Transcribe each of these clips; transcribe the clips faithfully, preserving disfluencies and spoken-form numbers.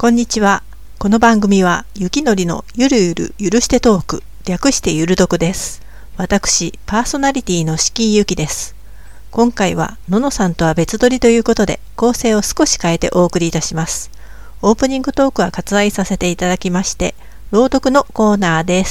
こんにちは。この番組はゆきのりのゆるゆるゆるしてトーク、略してゆるどくです。私、パーソナリティのしきゆきです。今回はののさんとは別撮りということで構成を少し変えてお送りいたします。オープニングトークは割愛させていただきまして、朗読のコーナーです。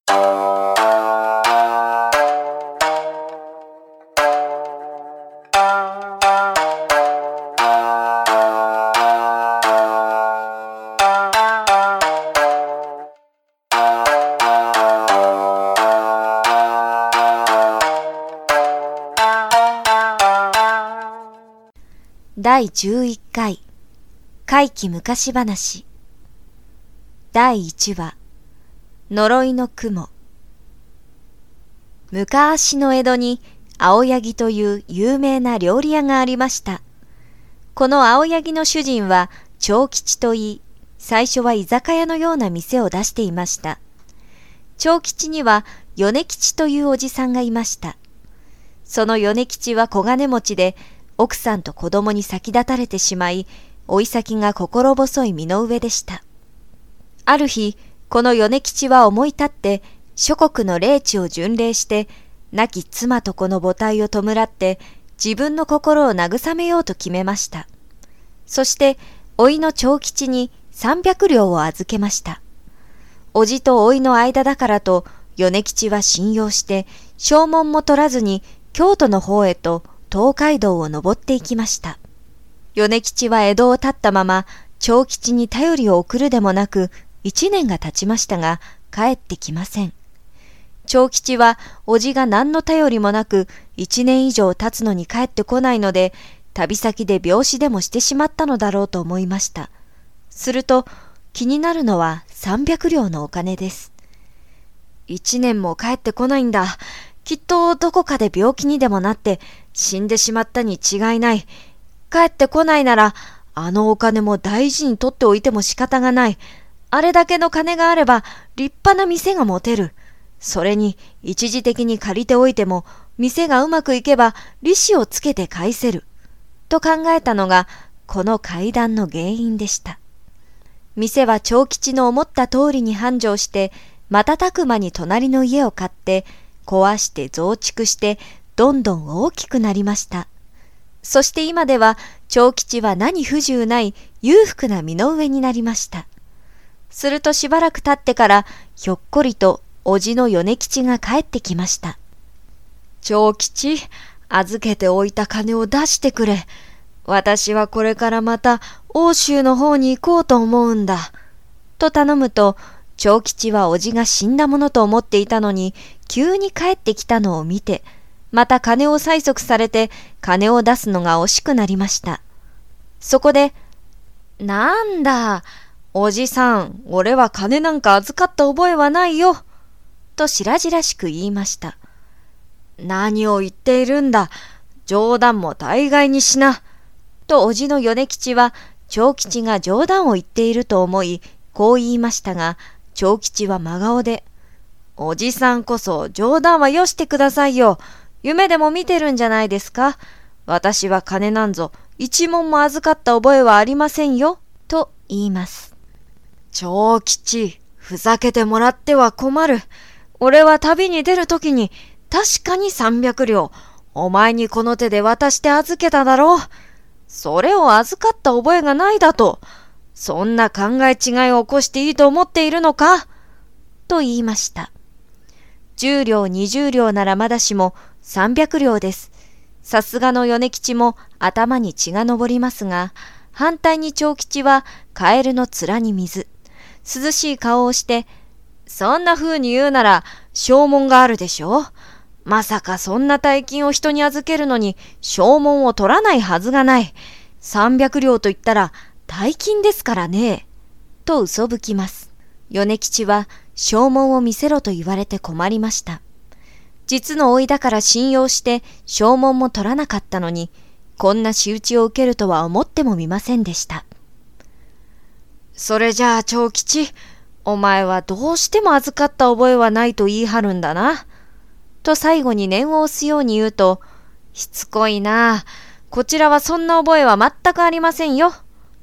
だいじゅういっかい怪奇昔話だいいちわ呪いの雲。昔の江戸に青柳という有名な料理屋がありました。この青柳の主人は長吉といい、最初は居酒屋のような店を出していました。長吉には米吉というおじさんがいました。その米吉は小金持ちで、奥さんと子供に先立たれてしまい、老い先が心細い身の上でした。ある日、この米吉は思い立って、諸国の霊地を巡礼して、亡き妻と子の母体を弔って、自分の心を慰めようと決めました。そして、老いの長吉に三百両を預けました。おじと老いの間だからと、米吉は信用して、証文も取らずに、京都の方へと、東海道を登っていきました。米吉は江戸を立ったまま、長吉に頼りを送るでもなく、一年が経ちましたが、帰ってきません。長吉は、おじが何の頼りもなく、一年以上経つのに帰ってこないので、旅先で病死でもしてしまったのだろうと思いました。すると、気になるのは三百両のお金です。一年も帰ってこないんだ。きっとどこかで病気にでもなって死んでしまったに違いない。帰ってこないなら、あのお金も大事に取っておいても仕方がない。あれだけの金があれば立派な店が持てる。それに一時的に借りておいても店がうまくいけば利子をつけて返せる。と考えたのがこの怪談の原因でした。店は長吉の思った通りに繁盛して瞬く間に隣の家を買って壊して増築してどんどん大きくなりました。そして今では長吉は何不自由ない裕福な身の上になりました。するとしばらく経ってからひょっこりとおじの米吉が帰ってきました。長吉、預けておいた金を出してくれ。私はこれからまた奥州の方に行こうと思うんだ。と頼むと、長吉はおじが死んだものと思っていたのに、急に帰ってきたのを見て、また金を催促されて、金を出すのが惜しくなりました。そこで、なんだ、おじさん、俺は金なんか預かった覚えはないよ。と白々しく言いました。何を言っているんだ。冗談も大概にしな。とおじの米吉は、長吉が冗談を言っていると思い、こう言いましたが、長吉は真顔で、おじさんこそ冗談はよしてくださいよ。夢でも見てるんじゃないですか。私は金なんぞ一文も預かった覚えはありませんよ。と言います。長吉、ふざけてもらっては困る。俺は旅に出るときに確かに三百両、お前にこの手で渡して預けただろう。それを預かった覚えがないだと。そんな考え違いを起こしていいと思っているのかと言いました。十両二十両ならまだしも三百両です。さすがの米吉も頭に血が上りますが、反対に長吉はカエルの面に水、涼しい顔をして、そんな風に言うなら証文があるでしょ。まさかそんな大金を人に預けるのに証文を取らないはずがない。三百両と言ったら大金ですからね。と嘘吹きます。米吉は証文を見せろと言われて困りました。実の甥いだから信用して証文も取らなかったのに、こんな仕打ちを受けるとは思ってもみませんでした。それじゃあ長吉、お前はどうしても預かった覚えはないと言い張るんだな。と最後に念を押すように言うと、しつこいな。こちらはそんな覚えは全くありませんよ。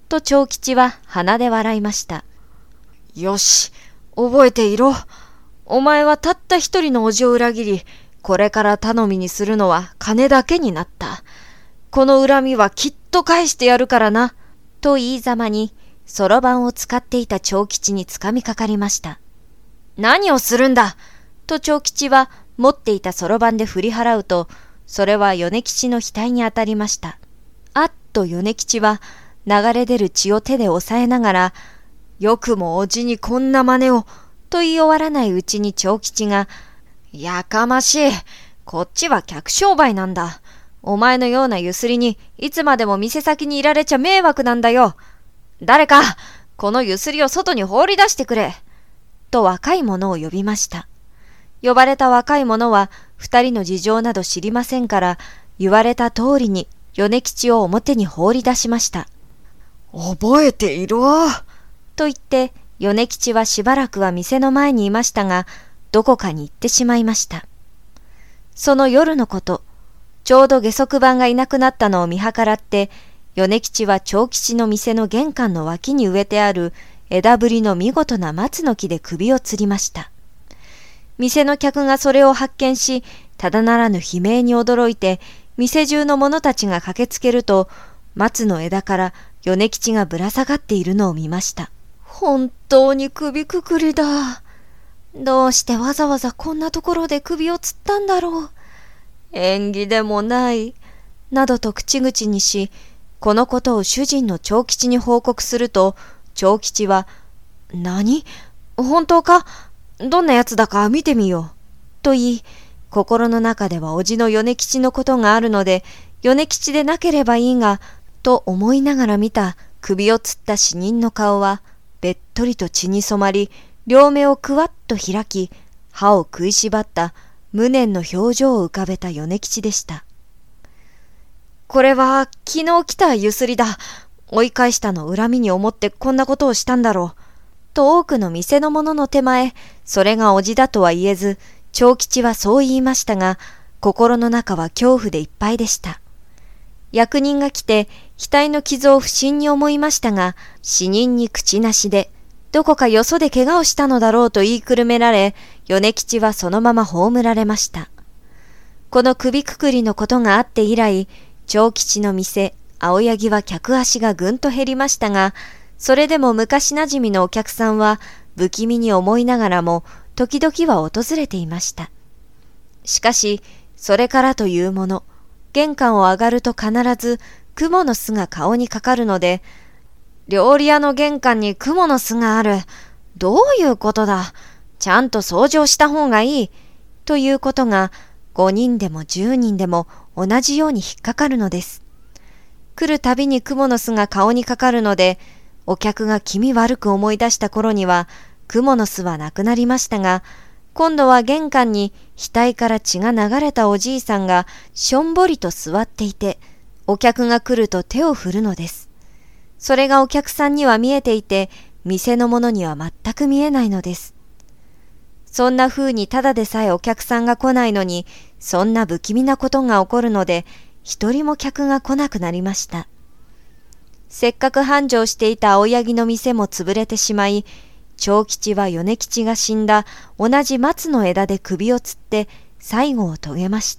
と長吉は鼻で笑いました。よし、覚えていろ。お前はたった一人のおじを裏切り、これから頼みにするのは金だけになった。この恨みはきっと返してやるからな。と言いざまに、そろばんを使っていた長吉につかみかかりました。何をするんだと長吉は持っていたそろばんで振り払うと、それは米吉の額に当たりました。あっと米吉は流れ出る血を手で押さえながら、よくもおじにこんな真似を、と言い終わらないうちに長吉が、やかましい。こっちは客商売なんだ。お前のようなゆすりにいつまでも店先にいられちゃ迷惑なんだよ。誰か、このゆすりを外に放り出してくれ。と若い者を呼びました。呼ばれた若い者は二人の事情など知りませんから、言われた通りに米吉を表に放り出しました。覚えているわ。と言って、米吉はしばらくは店の前にいましたが、どこかに行ってしまいました。その夜のこと、ちょうど下足番がいなくなったのを見計らって、米吉は長吉の店の玄関の脇に植えてある枝ぶりの見事な松の木で首を吊りました。店の客がそれを発見し、ただならぬ悲鳴に驚いて、店中の者たちが駆けつけると、松の枝から米吉がぶら下がっているのを見ました。本当に首くくりだ。どうしてわざわざこんなところで首を吊ったんだろう。縁起でもない。などと口々にし、このことを主人の長吉に報告すると、長吉は、何？本当か？どんなやつだか見てみよう。と言い、心の中ではおじの米吉のことがあるので、米吉でなければいいが、と思いながら見た首を吊った死人の顔は、べっとりと血に染まり、両目をくわっと開き、歯を食いしばった無念の表情を浮かべた米吉でした。これは昨日来たゆすりだ。追い返したのを恨みに思ってこんなことをしたんだろう。と多くの店の者の手前、それがおじだとは言えず、長吉はそう言いましたが、心の中は恐怖でいっぱいでした。役人が来て、額の傷を不審に思いましたが、死人に口なしで、どこかよそで怪我をしたのだろうと言いくるめられ、米吉はそのまま葬られました。この首くくりのことがあって以来、長吉の店、青柳は客足がぐんと減りましたが、それでも昔なじみのお客さんは不気味に思いながらも、時々は訪れていました。しかし、それからというもの、玄関を上がると必ず蜘蛛の巣が顔にかかるので、料理屋の玄関に蜘蛛の巣がある。どういうことだ。ちゃんと掃除をした方がいい。ということがごにんでもじゅうにんでも同じように引っかかるのです。来るたびに蜘蛛の巣が顔にかかるので、お客が気味悪く思い出した頃には蜘蛛の巣はなくなりましたが、今度は玄関に額から血が流れたおじいさんがしょんぼりと座っていて、お客が来ると手を振るのです。それがお客さんには見えていて、店の者には全く見えないのです。そんな風にただでさえお客さんが来ないのに、そんな不気味なことが起こるので、一人も客が来なくなりました。せっかく繁盛していた青柳の店も潰れてしまい、長吉は米吉が死んだ同じ松の枝で首を吊って最後を遂げました。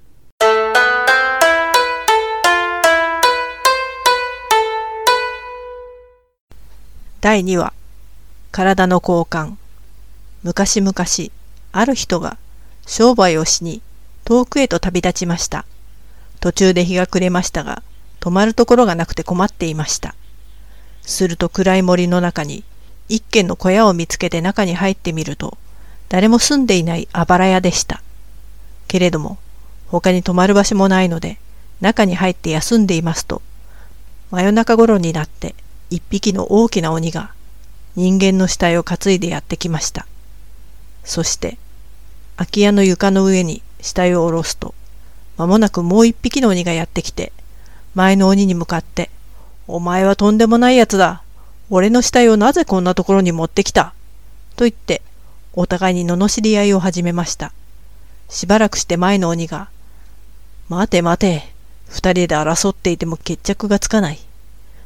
だいにわ、体の交換。昔々、ある人が商売をしに遠くへと旅立ちました。途中で日が暮れましたが、泊まるところがなくて困っていました。すると暗い森の中に一軒の小屋を見つけて中に入ってみると、誰も住んでいないあばら屋でした。けれども、他に泊まる場所もないので、中に入って休んでいますと、真夜中頃になって一匹の大きな鬼が人間の死体を担いでやってきました。そして、空き家の床の上に死体を下ろすと、間もなくもう一匹の鬼がやってきて、前の鬼に向かって、お前はとんでもないやつだ。俺の死体をなぜこんなところに持ってきた。と言って、お互いに罵り合いを始めました。しばらくして前の鬼が、待て待て、二人で争っていても決着がつかない。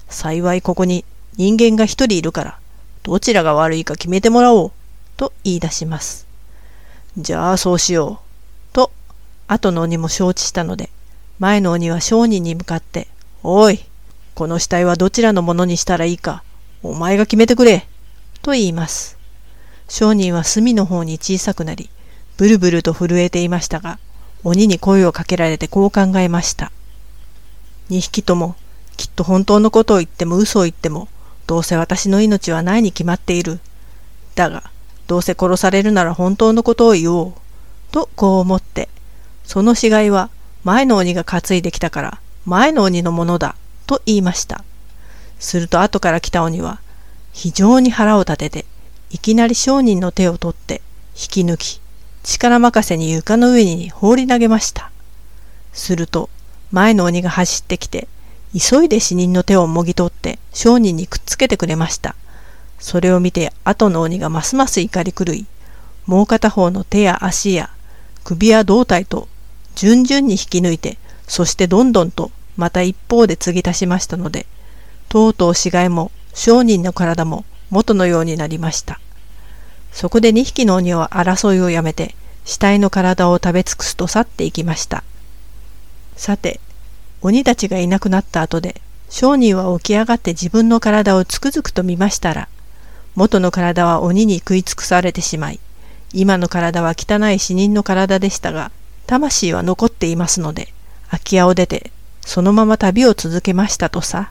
幸いここに人間が一人いるから、どちらが悪いか決めてもらおう、と言い出します。じゃあそうしよう、と、後の鬼も承知したので、前の鬼は商人に向かって、おい、この死体はどちらのものにしたらいいか、お前が決めてくれ、と言います。商人は隅の方に小さくなり、ブルブルと震えていましたが、鬼に声をかけられてこう考えました。二匹とも、きっと本当のことを言っても嘘を言っても、どうせ私の命はないに決まっている。だが、どうせ殺されるなら本当のことを言おう。とこう思って、その死骸は前の鬼が担いできたから、前の鬼のものだ。と言いました。すると後から来た鬼は、非常に腹を立てて、いきなり商人の手を取って、引き抜き、力任せに床の上に放り投げました。すると、前の鬼が走ってきて、急いで死人の手をもぎ取って商人にくっつけてくれました。それを見て後の鬼がますます怒り狂い、もう片方の手や足や首や胴体と順々に引き抜いて、そしてどんどんとまた一方で継ぎ足しましたので、とうとう死骸も商人の体も元のようになりました。そこで二匹の鬼は争いをやめて、死体の体を食べ尽くすと去っていきました。さて、鬼たちがいなくなった後で、商人は起き上がって自分の体をつくづくと見ましたら、元の体は鬼に食い尽くされてしまい、今の体は汚い死人の体でしたが、魂は残っていますので、空き家を出て、そのまま旅を続けましたとさ。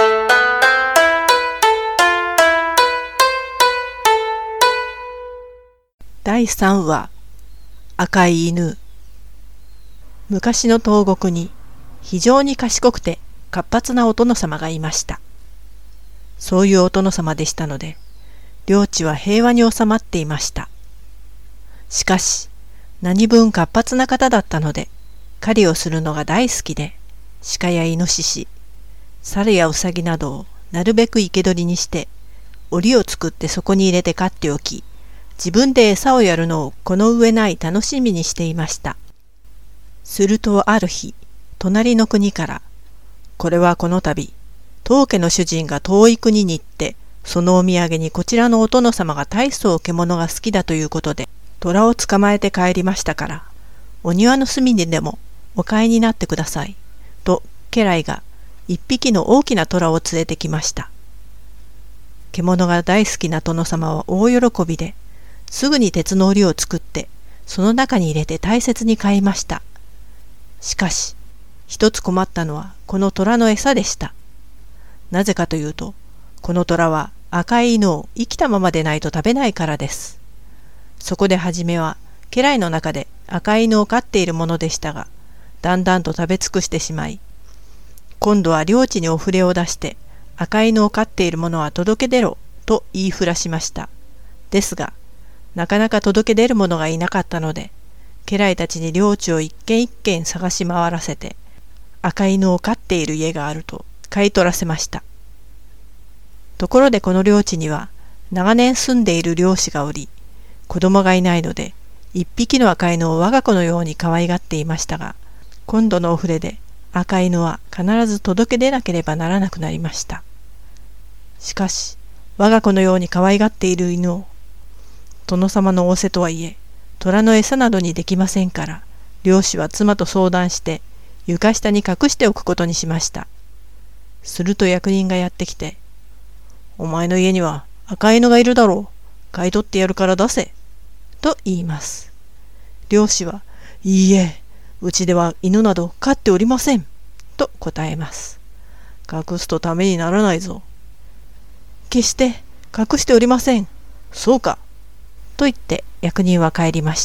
だいさんわ、赤い犬。昔の東国に非常に賢くて活発なお殿様がいました。そういうお殿様でしたので、領地は平和に収まっていました。しかし、何分活発な方だったので、狩りをするのが大好きで、鹿やイノシシ、猿やウサギなどをなるべく生け捕りにして、檻を作ってそこに入れて飼っておき、自分で餌をやるのをこの上ない楽しみにしていました。するとある日、隣の国から、これはこの度、当家の主人が遠い国に行って、そのお土産にこちらのお殿様が大層獣が好きだということで、虎を捕まえて帰りましたから、お庭の隅にでもお買いになってください。と、家来が一匹の大きな虎を連れてきました。獣が大好きな殿様は大喜びで、すぐに鉄の檻を作って、その中に入れて大切に飼いました。しかし、一つ困ったのはこの虎の餌でした。なぜかというと、この虎は赤い犬を生きたままでないと食べないからです。そこではじめは家来の中で赤い犬を飼っているものでしたが、だんだんと食べ尽くしてしまい、今度は領地にお触れを出して赤い犬を飼っている者は届け出ろと言いふらしました。ですが、なかなか届け出る者がいなかったので、家来たちに領地を一軒一軒探し回らせて、赤い犬を飼っている家があると買い取らせました。ところでこの領地には長年住んでいる漁師がおり、子供がいないので、一匹の赤犬を我が子のように可愛がっていましたが、今度のお触れで赤犬は必ず届け出なければならなくなりました。しかし、我が子のように可愛がっている犬を、殿様の仰せとはいえ、虎の餌などにできませんから、漁師は妻と相談して、床下に隠しておくことにしました。すると役人がやってきて、お前の家には赤犬がいるだろう。買い取ってやるから出せ。と言います。漁師は、いいえ、うちでは犬など飼っておりません。と答えます。隠すとためにならないぞ。決して隠しておりません。そうか。と言って役人は帰りました。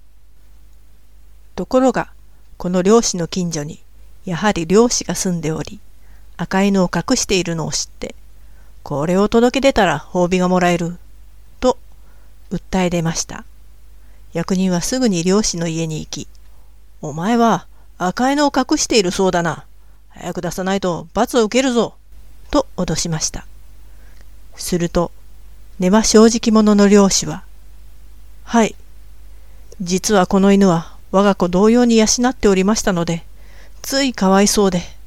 ところが、この漁師の近所に、やはり漁師が住んでおり、赤犬を隠しているのを知って、これを届け出たら褒美がもらえる、と訴え出ました。役人はすぐに漁師の家に行き、お前は赤犬を隠しているそうだな。早く出さないと罰を受けるぞ、と脅しました。すると、根は正直者の漁師は、はい、実はこの犬は我が子同様に養っておりましたので、ついかわいそうで、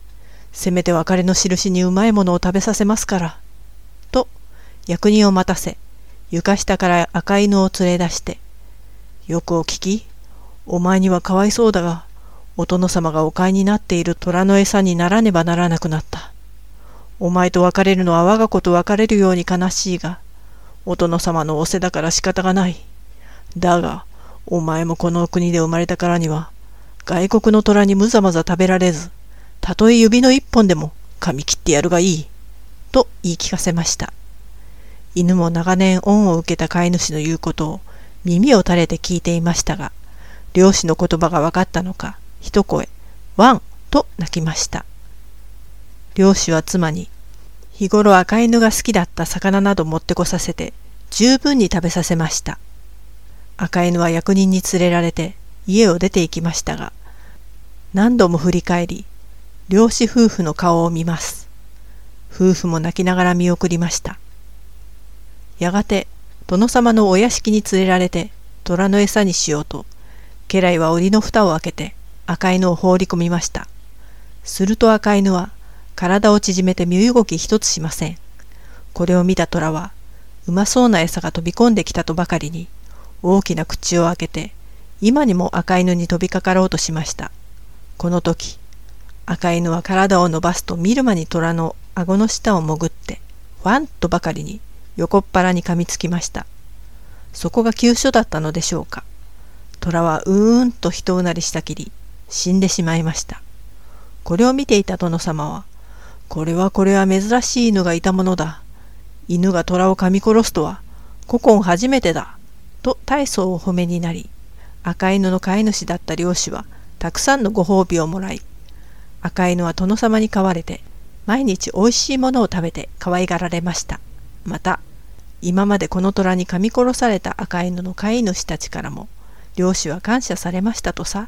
せめて別れの印にうまいものを食べさせますから。と、役人を待たせ、床下から赤犬を連れ出して、よくお聞き、お前にはかわいそうだが、お殿様がお飼いになっている虎の餌にならねばならなくなった。お前と別れるのは我が子と別れるように悲しいが、お殿様の仰せだから仕方がない。だが、お前もこの国で生まれたからには、外国の虎にむざまざ食べられず、たとえ指の一本でも噛み切ってやるがいい。と言い聞かせました。犬も長年恩を受けた飼い主の言うことを耳を垂れて聞いていましたが、漁師の言葉が分かったのか、一声、ワンと鳴きました。漁師は妻に、日頃赤犬が好きだった魚など持ってこさせて、十分に食べさせました。赤犬は役人に連れられて家を出て行きましたが、何度も振り返り、漁師夫婦の顔を見ます。夫婦も泣きながら見送りました。やがて、殿様のお屋敷に連れられて、虎の餌にしようと、家来は檻の蓋を開けて、赤犬を放り込みました。すると赤犬は、体を縮めて身動き一つしません。これを見た虎は、うまそうな餌が飛び込んできたとばかりに、大きな口を開けて、今にも赤犬に飛びかかろうとしました。この時、赤犬は体を伸ばすと見る間に虎の顎の下を潜って、ワンとばかりに横っ腹に噛みつきました。そこが急所だったのでしょうか。虎はうーんと一うなりしたきり、死んでしまいました。これを見ていた殿様は、これはこれは珍しい犬がいたものだ。犬が虎を噛み殺すとは、古今初めてだ。と大層お褒めになり、赤犬の飼い主だった漁師は、たくさんのご褒美をもらい、赤犬は殿様に飼われて、毎日おいしいものを食べて可愛がられました。また、今までこの虎に噛み殺された赤犬の飼い主たちからも、漁師は感謝されましたとさ。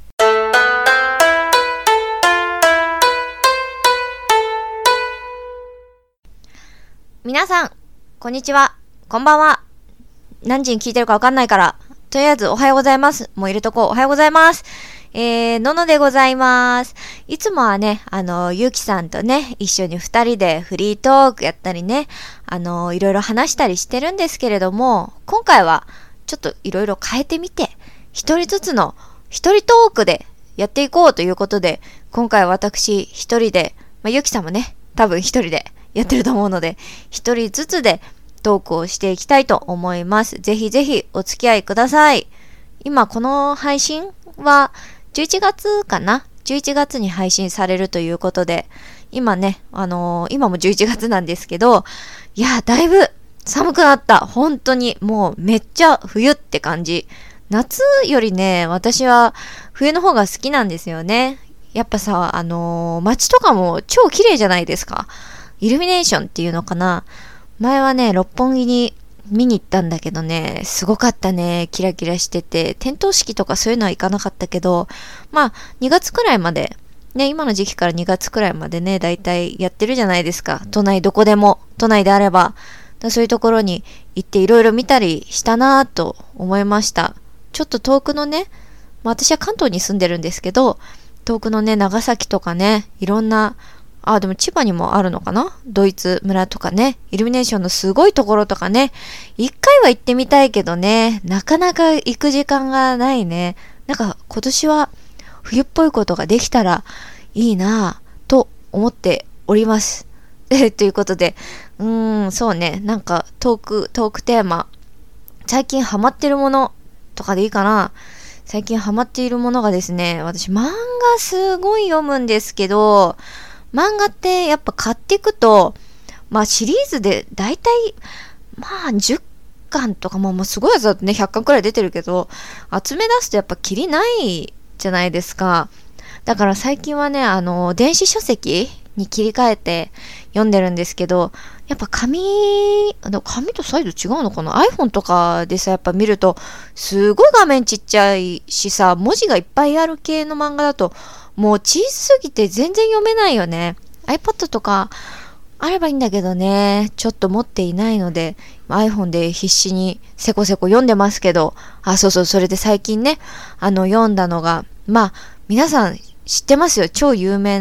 皆さん、こんにちは、こんばんは。何時に聞いてるかわかんないから、とりあえずおはようございます。もう入れとこう。おはようございます。えー、ののでございます。いつもはね、あの、ゆきさんとね、一緒に二人でフリートークやったりね、あの、いろいろ話したりしてるんですけれども、今回はちょっといろいろ変えてみて、一人ずつの一人トークでやっていこうということで、今回は私一人で、まあ、ゆきさんもね、多分一人でやってると思うので、一人ずつでトークをしていきたいと思います。ぜひぜひお付き合いください。今この配信はじゅういちがつかな ?じゅういちがつに配信されるということで、今ね、あのー、今もじゅういちがつなんですけど、いや、だいぶ寒くなった。本当にもうめっちゃ冬って感じ。夏よりね、私は冬の方が好きなんですよね。やっぱさ、あのー、街とかも超綺麗じゃないですか。イルミネーションっていうのかな。前はね、六本木に見に行ったんだけどね、すごかったね。キラキラしてて、点灯式とかそういうのは行かなかったけど、まあ、にがつくらいまで、ね、今の時期からにがつくらいまでね、だいたいやってるじゃないですか。都内どこでも、都内であれば、そういうところに行っていろいろ見たりしたなぁと思いました。ちょっと遠くのね、まあ、私は関東に住んでるんですけど、遠くのね、長崎とかね、いろんな、あ、でも千葉にもあるのかな？ドイツ村とかね、イルミネーションのすごいところとかね、一回は行ってみたいけどね、なかなか行く時間がないね。なんか今年は冬っぽいことができたらいいなぁと思っております。えということで、うーん、そうね、なんかトーク、トークテーマ、最近ハマってるものとかでいいかな。最近ハマっているものがですね、私漫画すごい読むんですけど、漫画ってやっぱ買っていくと、まあシリーズでだいたいまあじゅっかんとかも、もうすごいやつだとねひゃっかんくらい出てるけど、集め出すとやっぱキリないじゃないですか。だから最近はね、あの電子書籍に切り替えて読んでるんですけど、やっぱ紙、紙とサイズ違うのかな？ iPhone とかでさ、やっぱ見るとすごい画面ちっちゃいしさ、文字がいっぱいある系の漫画だともう小さすぎて全然読めないよね。 iPad とかあればいいんだけどね、ちょっと持っていないので iPhone で必死にせこせこ読んでますけど、あ、そうそう、それで最近ね、あの読んだのが、まあ皆さん知ってますよ、超有名な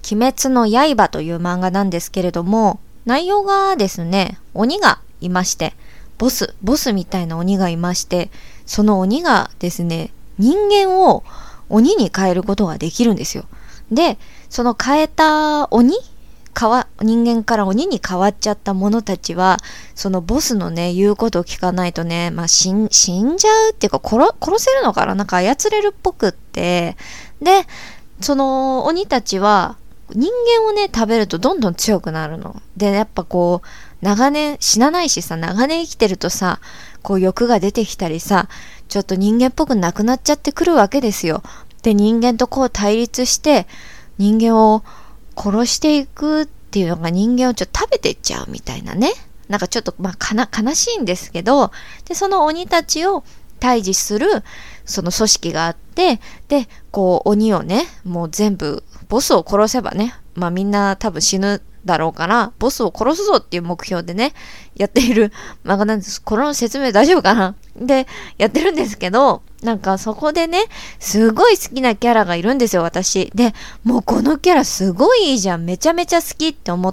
鬼滅の刃という漫画なんですけれども、内容がですね、鬼がいまして、ボス、ボスみたいな鬼がいまして、その鬼がですね、人間を鬼に変えることができるんですよ。で、その変えた鬼変わ人間から鬼に変わっちゃった者たちは、そのボスのね、言うことを聞かないとね、まあ、死ん、死んじゃうっていうか、殺、殺せるのかな、なんか操れるっぽくって、で、その鬼たちは、人間をね、食べるとどんどん強くなるの。で、やっぱこう、長年、死なないしさ、長年生きてるとさ、こう欲が出てきたりさ、ちょっと人間っぽくなくなっちゃってくるわけですよ。で、人間とこう対立して、人間を殺していくっていうのが人間をちょっと食べていっちゃうみたいなね。なんかちょっと、まあ、かな、悲しいんですけど、で、その鬼たちを退治する、その組織があって、で、こう、鬼をね、もう全部、ボスを殺せばね、まあみんな多分死ぬだろうから、ボスを殺すぞっていう目標でね、やっている漫画なんです。この説明大丈夫かなで、やってるんですけど、なんかそこでね、すごい好きなキャラがいるんですよ、私。で、もうこのキャラすごいいいじゃん。めちゃめちゃ好きって思って、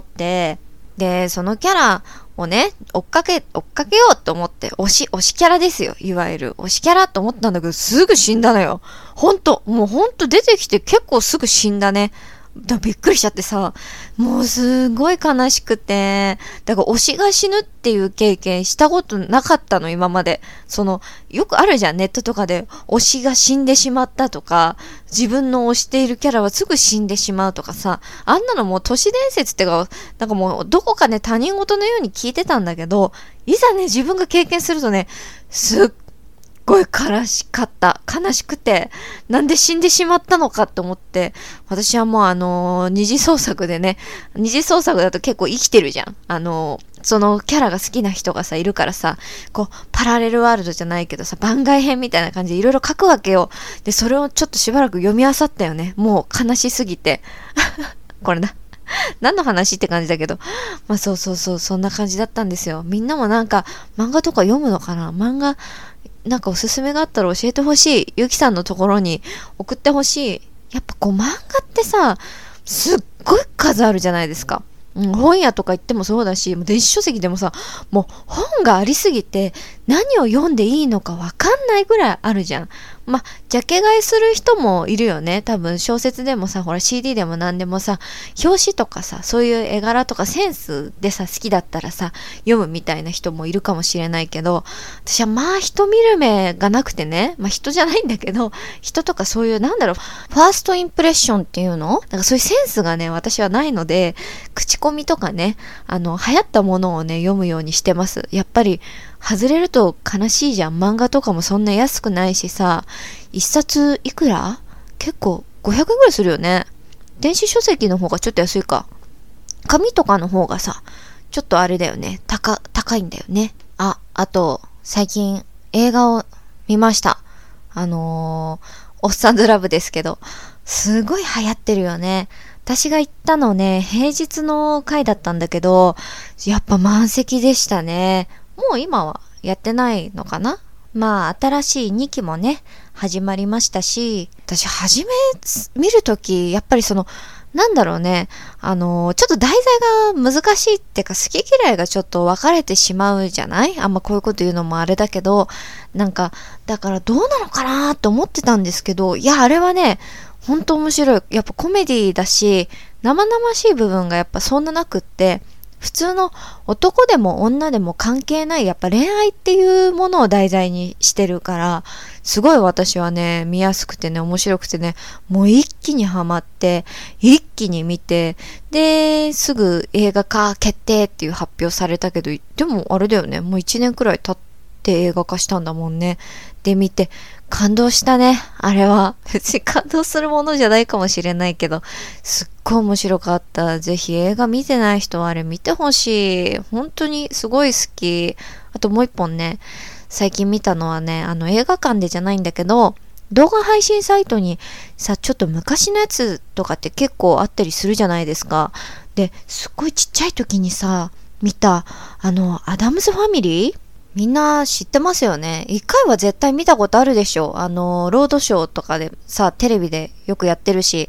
で、そのキャラをね、追っかけ、追っかけようと思って、推し、推しキャラですよ。いわゆる。推しキャラと思ったんだけど、すぐ死んだのよ。ほんと、もうほんと出てきて結構すぐ死んだね。だびっくりしちゃってさ、もうすごい悲しくて、だから推しが死ぬっていう経験したことなかったの、今まで。その、よくあるじゃん、ネットとかで。推しが死んでしまったとか、自分の推しているキャラはすぐ死んでしまうとかさ、あんなのもう都市伝説ってか、なんかもうどこかね他人事のように聞いてたんだけど、いざね自分が経験するとね、すっすごい悲しかった。悲しくて、なんで死んでしまったのかって思って、私はもうあのー、二次創作でね、二次創作だと結構生きてるじゃん。あのー、そのキャラが好きな人がさ、いるからさ、こう、パラレルワールドじゃないけどさ、番外編みたいな感じでいろいろ書くわけよ。で、それをちょっとしばらく読み漁ったよね。もう悲しすぎて。これな。何の話って感じだけど。まあそうそうそう、そんな感じだったんですよ。みんなもなんか、漫画とか読むのかな？漫画、なんかおすすめがあったら教えてほしい。ゆきさんのところに送ってほしい。やっぱこう漫画ってさ、すっごい数あるじゃないですか。うん、本屋とか行ってもそうだし、電子書籍でもさ、もう本がありすぎて何を読んでいいのかわかんないぐらいあるじゃん。まあ、ジャケ買いする人もいるよね。多分小説でもさ、ほら シーディー でも何でもさ、表紙とかさ、そういう絵柄とかセンスでさ、好きだったらさ、読むみたいな人もいるかもしれないけど、私はまあ人見る目がなくてね、まあ人じゃないんだけど、人とかそういうなんだろう、ファーストインプレッションっていうの？なんかそういうセンスがね、私はないので、口コミとかね、あの、流行ったものをね、読むようにしてます。やっぱり、外れると悲しいじゃん。漫画とかもそんな安くないしさ、一冊いくら？結構ごひゃくえんぐらいするよね。電子書籍の方がちょっと安いか。紙とかの方がさ、ちょっとあれだよね。高、高いんだよね。あ、あと、最近映画を見ました。あのー、おっさんずラブですけど、すごい流行ってるよね。私が行ったのね、平日の回だったんだけど、やっぱ満席でしたね。もう今はやってないのかな？まあ、新しいにきもね、始まりましたし、私、初め見るとき、やっぱりその、なんだろうね、あの、ちょっと題材が難しいってか、好き嫌いがちょっと分かれてしまうじゃない？あんまこういうこと言うのもあれだけど、なんか、だからどうなのかなと思ってたんですけど、いや、あれはね、ほんと面白い。やっぱコメディだし、生々しい部分がやっぱそんななくって、普通の男でも女でも関係ないやっぱ恋愛っていうものを題材にしてるからすごい私はね見やすくてね面白くてねもう一気にハマって一気に見てですぐ映画化決定っていう発表されたけどでもあれだよねもう一年くらい経って映画化したんだもんね。で見て感動したね。あれは別に感動するものじゃないかもしれないけどすっごい面白かった。ぜひ映画見てない人はあれ見てほしい。本当にすごい好き。あともう一本ね最近見たのはねあの映画館でじゃないんだけど動画配信サイトにさちょっと昔のやつとかって結構あったりするじゃないですか。ですっごいちっちゃい時にさ見たあのアダムズファミリーみんな知ってますよね。一回は絶対見たことあるでしょ。あの、ロードショーとかでさ、テレビでよくやってるし。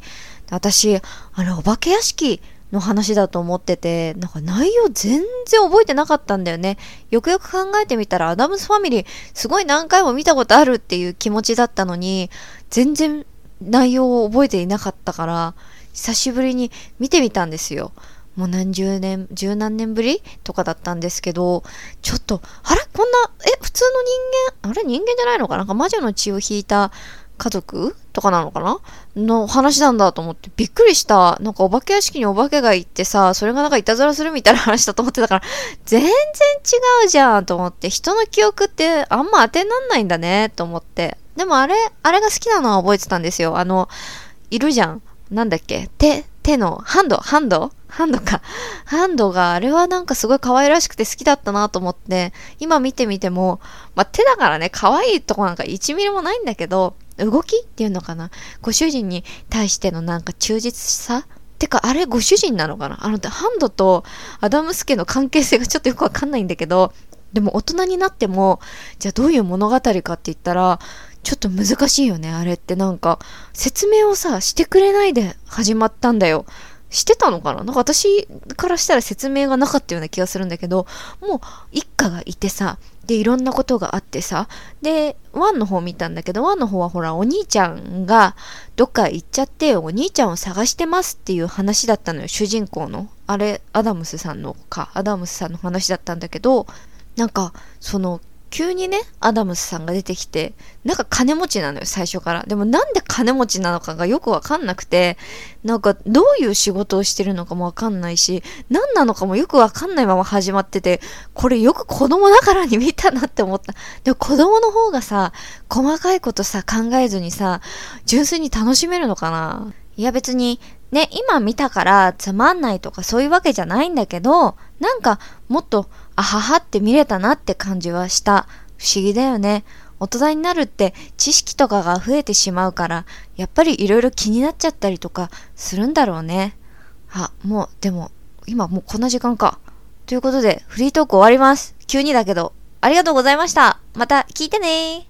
私、あれ、お化け屋敷の話だと思ってて、なんか内容全然覚えてなかったんだよね。よくよく考えてみたら、アダムスファミリー、すごい何回も見たことあるっていう気持ちだったのに、全然内容を覚えていなかったから、久しぶりに見てみたんですよ。もう何十年、十何年ぶりとかだったんですけど、ちょっと、あれこんな、え、普通の人間、あれ人間じゃないのかな、なんか魔女の血を引いた家族とかなのかなの話なんだと思ってびっくりした。なんかお化け屋敷にお化けが行ってさ、それがなんかいたずらするみたいな話だと思ってたから、全然違うじゃんと思って、人の記憶ってあんま当てになんないんだねと思って。でもあれ、あれが好きなのは覚えてたんですよ。あの、いるじゃん。なんだっけ手、手の、ハンド、ハンドハンドか。ハンドが、あれはなんかすごい可愛らしくて好きだったなと思って、今見てみても、まあ、手だからね、可愛いとこなんかいちミリもないんだけど、動きっていうのかな、ご主人に対してのなんか忠実さてか、あれご主人なのかな、あの、ハンドとアダムス家の関係性がちょっとよくわかんないんだけど、でも大人になっても、じゃあどういう物語かって言ったら、ちょっと難しいよね。あれってなんか、説明をさ、してくれないで始まったんだよ。してたのかな、なんか私からしたら説明がなかったような気がするんだけど、もう一家がいてさ、でいろんなことがあってさ、でワンの方見たんだけど、ワンの方はほらお兄ちゃんがどっか行っちゃってお兄ちゃんを探してますっていう話だったのよ、主人公の。あれアダムスさんのかアダムスさんの話だったんだけど、なんかその急にね、アダムスさんが出てきて、なんか金持ちなのよ、最初から。でもなんで金持ちなのかがよくわかんなくて、なんかどういう仕事をしてるのかもわかんないし、何なのかもよくわかんないまま始まってて、これよく子供ながらに見たなって思った。でも子供の方がさ、細かいことさ、考えずにさ、純粋に楽しめるのかな。いや別に、ね、今見たからつまんないとかそういうわけじゃないんだけど、なんかもっとあははって見れたなって感じはした。不思議だよね。大人になるって知識とかが増えてしまうから、やっぱりいろいろ気になっちゃったりとかするんだろうね。あ、もうでも今もうこんな時間か。ということでフリートーク終わります。急にだけどありがとうございました。また聞いてね。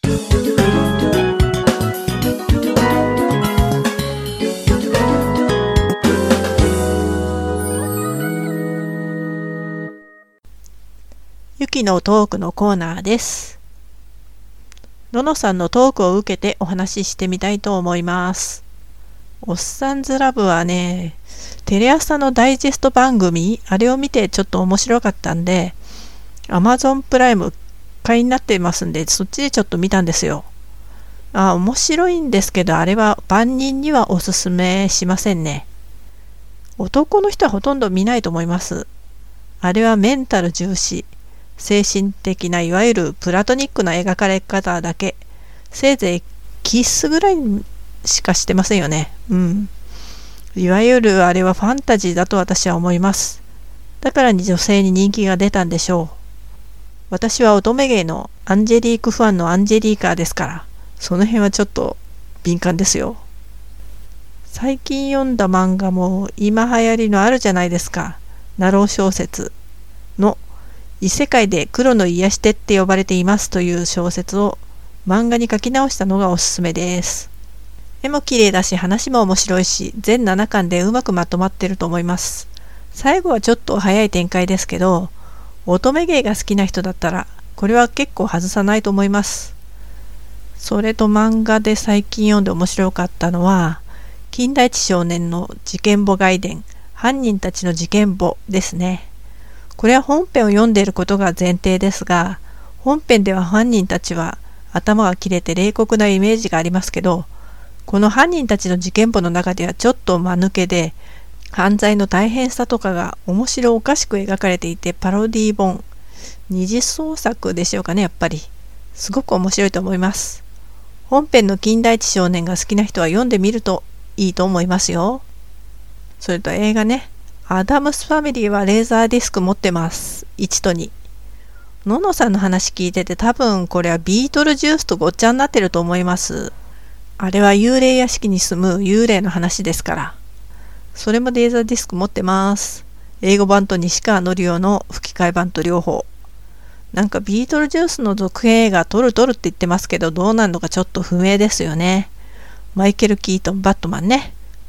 ゆきのトークのコーナーです。ののさんのトークを受けてお話ししてみたいと思います。おっさんずラブはね、テレ朝のダイジェスト番組、あれを見てちょっと面白かったんで、Amazon プライム会員になってますんで、そっちでちょっと見たんですよ。あ、面白いんですけど、あれは万人にはおすすめしませんね。男の人はほとんど見ないと思います。あれはメンタル重視。精神的ないわゆるプラトニックな描かれ方だけ、せいぜいキスぐらいしかしてませんよね。うん。いわゆるあれはファンタジーだと私は思います。だから女性に人気が出たんでしょう。私は乙女芸のアンジェリークファンのアンジェリーカーですから、その辺はちょっと敏感ですよ。最近読んだ漫画も今流行りのあるじゃないですか。ナロー小説の異世界で黒の癒し手って呼ばれていますという小説を漫画に書き直したのがおすすめです。絵も綺麗だし話も面白いし、全ななかんでうまくまとまってると思います。最後はちょっと早い展開ですけど、乙女芸が好きな人だったらこれは結構外さないと思います。それと漫画で最近読んで面白かったのは、金田一少年の事件簿外伝、犯人たちの事件簿ですね。これは本編を読んでいることが前提ですが、本編では犯人たちは頭が切れて冷酷なイメージがありますけど、この犯人たちの事件簿の中ではちょっと間抜けで、犯罪の大変さとかが面白おかしく描かれていて、パロディー本、二次創作でしょうかね、やっぱり。すごく面白いと思います。本編の金田一少年が好きな人は読んでみるといいと思いますよ。それと映画ね。アダムスファミリーはレーザーディスク持ってます。いちとに。ののさんの話聞いてて、多分これはビートルジュースとごっちゃになってると思います。あれは幽霊屋敷に住む幽霊の話ですから。それもレーザーディスク持ってます。英語版と西川のりおの吹き替え版と両方。なんかビートルジュースの続編映画撮る撮るって言ってますけど、どうなるのかちょっと不明ですよね。マイケル・キートン・バットマンね。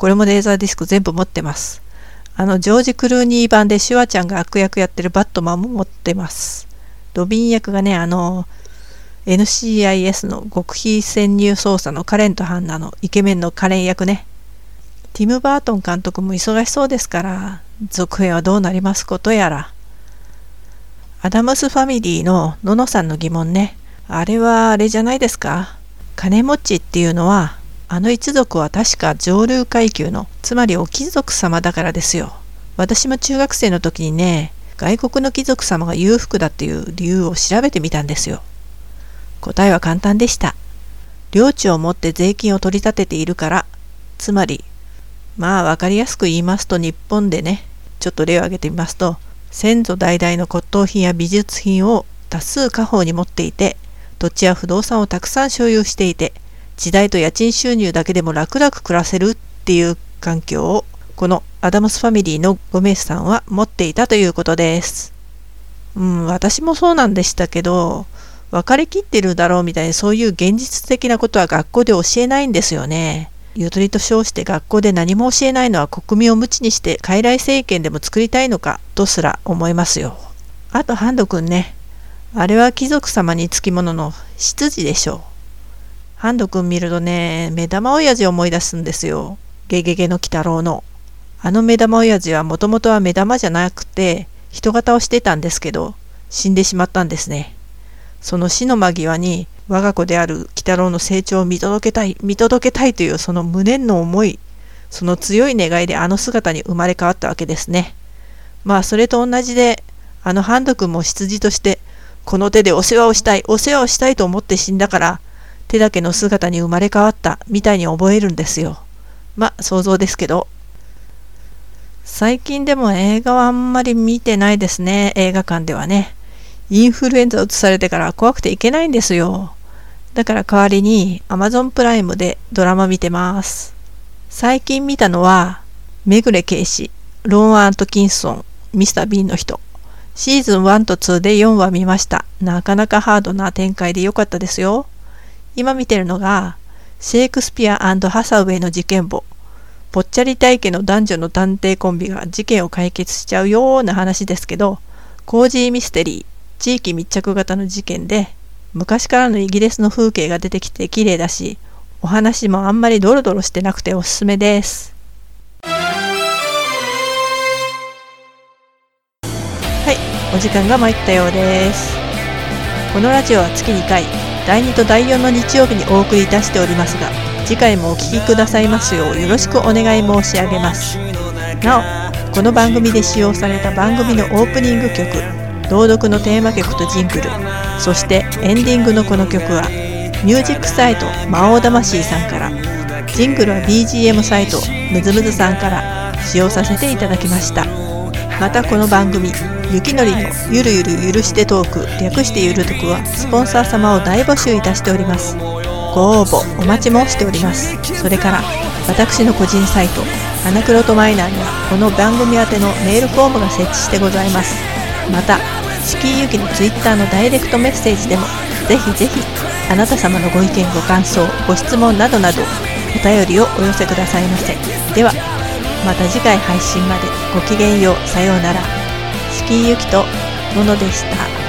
これもレーザーディスク全部持ってます。あのジョージ・クルーニー版でシュワちゃんが悪役やってるバットマンも持ってます。ロビン役がね、あの エヌシーアイエス の極秘潜入捜査のカレンとハンナのイケメンのカレン役ね。ティム・バートン監督も忙しそうですから、続編はどうなりますことやら。アダムスファミリーのののさんの疑問ね。あれはあれじゃないですか。金持ちっていうのは、あの一族は確か上流階級の、つまりお貴族様だからですよ。私も中学生の時にね、外国の貴族様が裕福だっていう理由を調べてみたんですよ。答えは簡単でした。領地を持って税金を取り立てているから、つまり、まあわかりやすく言いますと日本でね、ちょっと例を挙げてみますと、先祖代々の骨董品や美術品を多数家宝に持っていて、土地や不動産をたくさん所有していて、時代と家賃収入だけでも楽々暮らせるっていう環境を、このアダムスファミリーのゴメスさんは持っていたということです。うん、私もそうなんでしたけど、分かりきってるだろうみたいにそういう現実的なことは学校で教えないんですよね。ゆとりと称して学校で何も教えないのは国民を無知にして傀儡政権でも作りたいのかとすら思いますよ。あとハンド君ね。あれは貴族様につきものの執事でしょう。ハンド君見るとね、目玉親父を思い出すんですよ。ゲゲゲの鬼太郎の。あの目玉親父はもともとは目玉じゃなくて人型をしてたんですけど、死んでしまったんですね。その死の間際に我が子である鬼太郎の成長を見届けたい、見届けたいというその無念の思い、その強い願いであの姿に生まれ変わったわけですね。まあそれと同じで、あのハンド君も羊として、この手でお世話をしたい、お世話をしたいと思って死んだから、手だけの姿に生まれ変わったみたいに覚えるんですよ。まあ想像ですけど。最近でも映画はあんまり見てないですね、映画館ではね。インフルエンザを移されてから怖くていけないんですよ。だから代わりに Amazon プライムでドラマ見てます。最近見たのは、めぐれ警視、ローン・アトキンソン、ミスター・ビーンの人。シーズンワンとツーでよんわ見ました。なかなかハードな展開で良かったですよ。今見てるのが、シェイクスピア&ハサウェイの事件簿。ぽっちゃり体型の男女の探偵コンビが事件を解決しちゃうような話ですけど、コージーミステリー、地域密着型の事件で、昔からのイギリスの風景が出てきて綺麗だし、お話もあんまりドロドロしてなくておすすめです。はい、お時間が参ったようです。このラジオは月にかい、だいにとだいよんの日曜日にお送りいたしておりますが、次回もお聞きくださいますようよろしくお願い申し上げます。なお、この番組で使用された番組のオープニング曲、朗読のテーマ曲とジングル、そしてエンディングのこの曲はミュージックサイト魔王魂さんから、ジングルは ビージーエム サイトムズムズさんから使用させていただきました。またこの番組ゆきのりのゆるゆるゆるしてトーク、略してゆるとくはスポンサー様を大募集いたしております。ご応募お待ち申しております。それから私の個人サイトアナクロトマイナーにはこの番組宛てのメールフォームが設置してございます。また四季ゆきのツイッターのダイレクトメッセージでもぜひぜひあなた様のご意見ご感想ご質問などなどお便りをお寄せくださいませ。ではまた次回配信までごきげんよう、さようなら。四季ゆきとののでした。